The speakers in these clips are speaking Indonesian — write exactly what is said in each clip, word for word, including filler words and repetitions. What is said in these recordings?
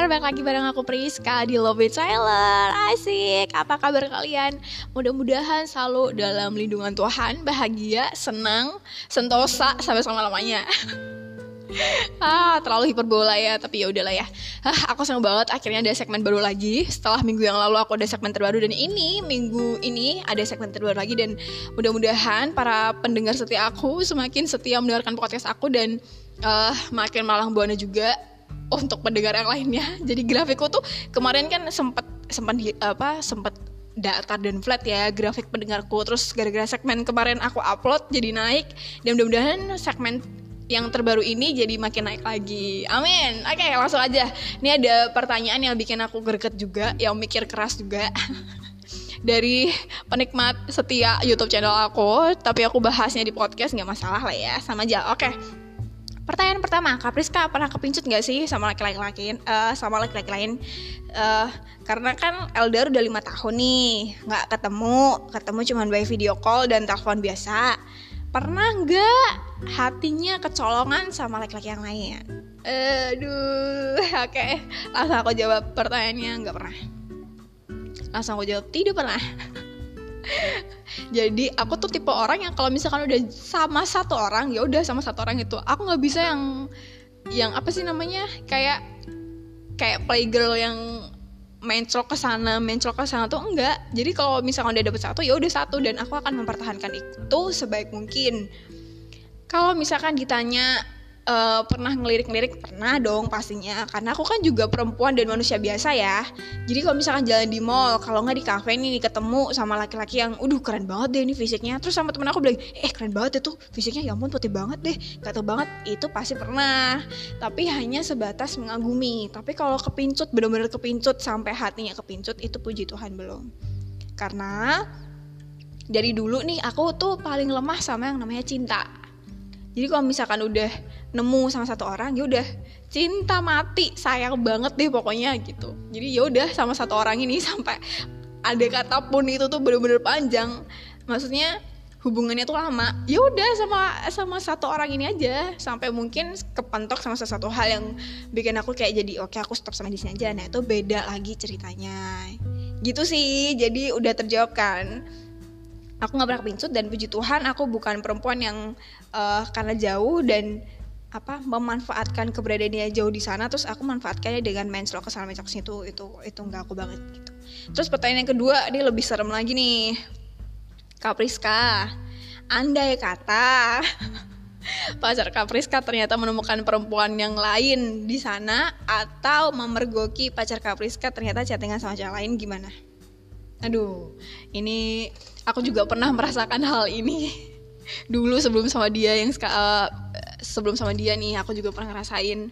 balik lagi bareng aku Priska di Love It Trailer. Asik, apa kabar kalian? Mudah-mudahan selalu dalam lindungan Tuhan, bahagia, senang, sentosa sampai selama-lamanya. Ah, terlalu hiperbola ya, tapi ya udahlah ya. Ah, aku senang banget akhirnya ada segmen baru lagi. Setelah minggu yang lalu aku ada segmen terbaru, dan ini minggu ini ada segmen terbaru lagi. Dan mudah-mudahan para pendengar setia aku semakin setia mendengarkan podcast aku, dan uh, makin malang buana juga untuk pendengar yang lainnya. Jadi grafikku tuh kemarin kan sempat sempat apa sempat datar dan flat ya grafik pendengarku. Terus gara-gara segmen kemarin aku upload jadi naik, dan mudah-mudahan segmen yang terbaru ini jadi makin naik lagi. Amin. Oke, langsung aja. Ini ada pertanyaan yang bikin aku greget juga, yang mikir keras juga. Dari penikmat setia YouTube channel aku, tapi aku bahasnya di podcast, nggak masalah lah ya, sama aja. Oke. Pertanyaan pertama, Kak Priska pernah kepincut gak sih sama laki-laki lain? Uh, sama laki-laki lain? Uh, karena kan Eldar udah lima tahun nih, gak ketemu, ketemu cuma by video call dan telepon biasa. Pernah gak hatinya kecolongan sama laki-laki yang lain? Aduh, oke, okay. Langsung aku jawab pertanyaannya, gak pernah. Langsung aku jawab, tidak pernah. Jadi aku tuh tipe orang yang kalau misalkan udah sama satu orang, ya udah sama satu orang itu. Aku nggak bisa yang yang apa sih namanya, kayak kayak playgirl yang mencrok ke sana, mencrok ke sana tuh enggak. Jadi kalau misalkan udah dapet satu, ya udah satu, dan aku akan mempertahankan itu sebaik mungkin. Kalau misalkan ditanya Uh, pernah ngelirik-ngelirik, pernah dong pastinya, karena aku kan juga perempuan dan manusia biasa ya. Jadi kalau misalkan jalan di mall, kalau nggak di kafe nih, ketemu sama laki-laki yang udah keren banget deh ini fisiknya, terus sama temen aku bilang, eh keren banget deh tuh fisiknya, ya ampun putih banget deh, gatel banget, itu pasti pernah. Tapi hanya sebatas mengagumi. Tapi kalau kepincut, benar-benar kepincut sampai hatinya kepincut, itu puji Tuhan belum. Karena dari dulu nih aku tuh paling lemah sama yang namanya cinta. Jadi kalau misalkan udah nemu sama satu orang, ya udah cinta mati, sayang banget deh pokoknya gitu. Jadi ya udah sama satu orang ini sampai ada kata pun itu tuh bener-bener panjang. Maksudnya hubungannya tuh lama. Ya udah sama sama satu orang ini aja sampai mungkin kepentok sama sesuatu hal yang bikin aku kayak jadi oke, okay, aku stop sama di sini aja. Nah, itu beda lagi ceritanya. Gitu sih. Jadi udah terjawab kan. Aku gak pernah kepincut, dan puji Tuhan aku bukan perempuan yang uh, karena jauh dan apa memanfaatkan keberadaannya jauh di sana, terus aku manfaatkannya dengan mencrok ke sana mencrok ke situ. Itu itu nggak aku banget gitu. Terus pertanyaan yang kedua, ini lebih serem lagi nih, Kak Priska. Andai kata pacar Kak Priska ternyata menemukan perempuan yang lain di sana, atau memergoki pacar Kak Priska ternyata chattingan sama cewek lain, gimana? Aduh, ini aku juga pernah merasakan hal ini dulu sebelum sama dia yang uh, sebelum sama dia nih, aku juga pernah ngerasain.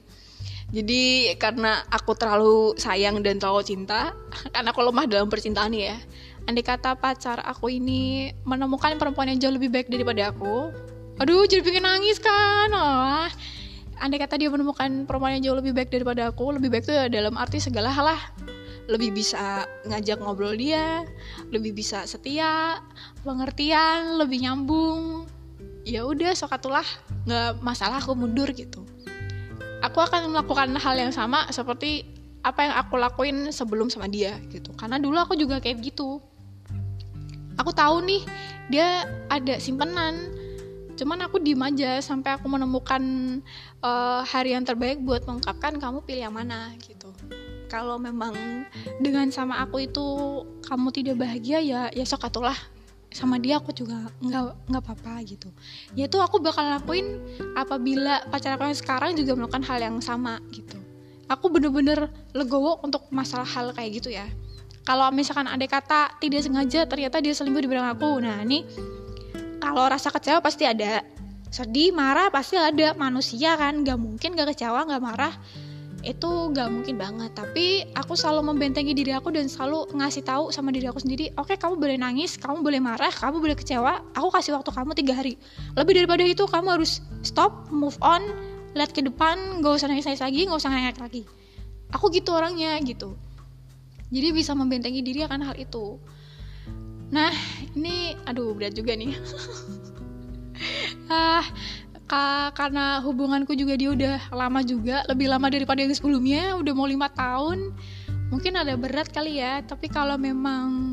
Jadi karena aku terlalu sayang dan terlalu cinta, karena aku lemah dalam percintaan ya. Andai kata pacar aku ini menemukan perempuan yang jauh lebih baik daripada aku, aduh jadi bikin nangis kan. Oh, andai kata dia menemukan perempuan yang jauh lebih baik daripada aku, lebih baik itu ya dalam arti segala hal lah. Lebih bisa ngajak ngobrol dia, lebih bisa setia, pengertian, lebih nyambung. Ya udah, sokatulah, nggak masalah aku mundur gitu. Aku akan melakukan hal yang sama seperti apa yang aku lakuin sebelum sama dia gitu. Karena dulu aku juga kayak gitu. Aku tahu nih dia ada simpenan, cuman aku diem aja sampai aku menemukan uh, hari yang terbaik buat mengungkapkan kamu pilih yang mana gitu. Kalau memang dengan sama aku itu kamu tidak bahagia, ya ya sok atulah, sama dia aku juga nggak nggak apa-apa gitu. Ya itu aku bakal lakuin apabila pacar aku yang sekarang juga melakukan hal yang sama gitu. Aku bener-bener legowo untuk masalah hal kayak gitu ya. Kalau misalkan ada kata tidak sengaja ternyata dia selingkuh di belakang aku, nah ini kalau rasa kecewa pasti ada, sedih, marah pasti ada, manusia kan, nggak mungkin nggak kecewa, nggak marah. Itu gak mungkin banget. Tapi aku selalu membentengi diri aku dan selalu ngasih tahu sama diri aku sendiri, oke, okay, kamu boleh nangis, kamu boleh marah, kamu boleh kecewa, aku kasih waktu kamu tiga hari. Lebih daripada itu kamu harus stop, move on, lihat ke depan, gak usah nangis-nangis lagi, gak usah ngengek lagi. Aku gitu orangnya gitu. Jadi bisa membentengi diri akan hal itu. Nah ini aduh berat juga nih. ah Ka- karena hubunganku juga dia udah lama juga, lebih lama daripada yang sebelumnya, udah mau lima tahun. Mungkin ada berat kali ya, tapi kalau memang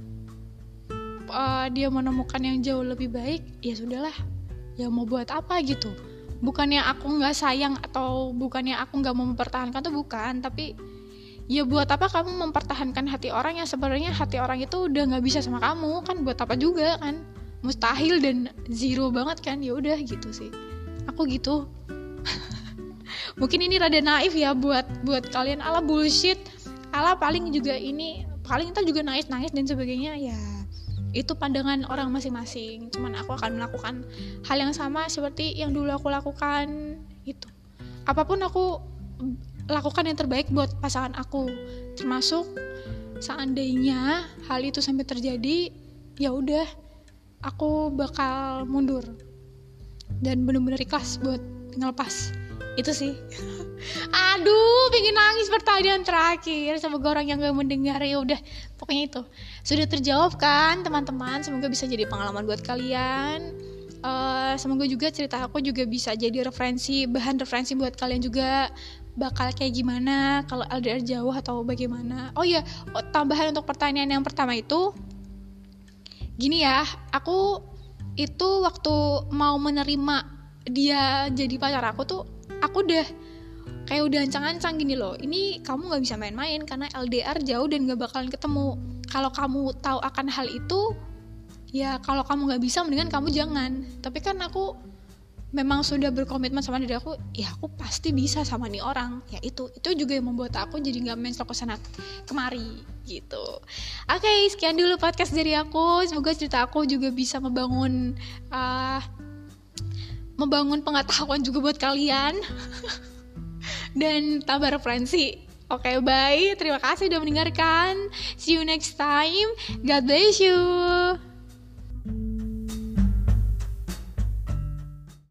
uh, dia menemukan yang jauh lebih baik, ya sudahlah, ya mau buat apa gitu. Bukannya aku nggak sayang atau bukannya aku nggak mau mempertahankan, tuh bukan, tapi ya buat apa kamu mempertahankan hati orang yang sebenarnya hati orang itu udah nggak bisa sama kamu kan, buat apa juga kan, mustahil dan zero banget kan. Ya udah gitu sih, aku gitu. Mungkin ini rada naif ya buat buat kalian, ala bullshit, ala paling juga ini paling kita juga nangis nangis dan sebagainya. Ya itu pandangan orang masing-masing, cuman aku akan melakukan hal yang sama seperti yang dulu aku lakukan. Itu apapun aku lakukan yang terbaik buat pasangan aku, termasuk seandainya hal itu sampai terjadi, ya udah aku bakal mundur dan benar-benar ikhlas buat ngelepas. Itu sih. Aduh, pengen nangis. Pertanyaan terakhir, semoga orang yang gak mendengar, ya udah pokoknya itu sudah terjawab kan teman-teman. Semoga bisa jadi pengalaman buat kalian. Uh, semoga juga cerita aku juga bisa jadi referensi, bahan referensi buat kalian juga, bakal kayak gimana kalau L D R jauh atau bagaimana. Oh ya, oh, tambahan untuk pertanyaan yang pertama itu gini ya, aku itu waktu mau menerima dia jadi pacar aku tuh, aku udah kayak udah ancang-ancang gini loh, ini kamu gak bisa main-main karena L D R jauh dan gak bakalan ketemu. Kalau kamu tahu akan hal itu, ya kalau kamu gak bisa mendingan kamu jangan. Tapi kan aku memang sudah berkomitmen sama diri aku, ya aku pasti bisa sama nih orang. Ya itu, itu juga yang membuat aku jadi gak mencelok kesana kemari gitu. Oke, okay, sekian dulu podcast dari aku. Semoga cerita aku juga bisa membangun uh, membangun pengetahuan juga buat kalian dan tambah referensi. Oke, okay, bye. Terima kasih udah mendengarkan. See you next time. God bless you.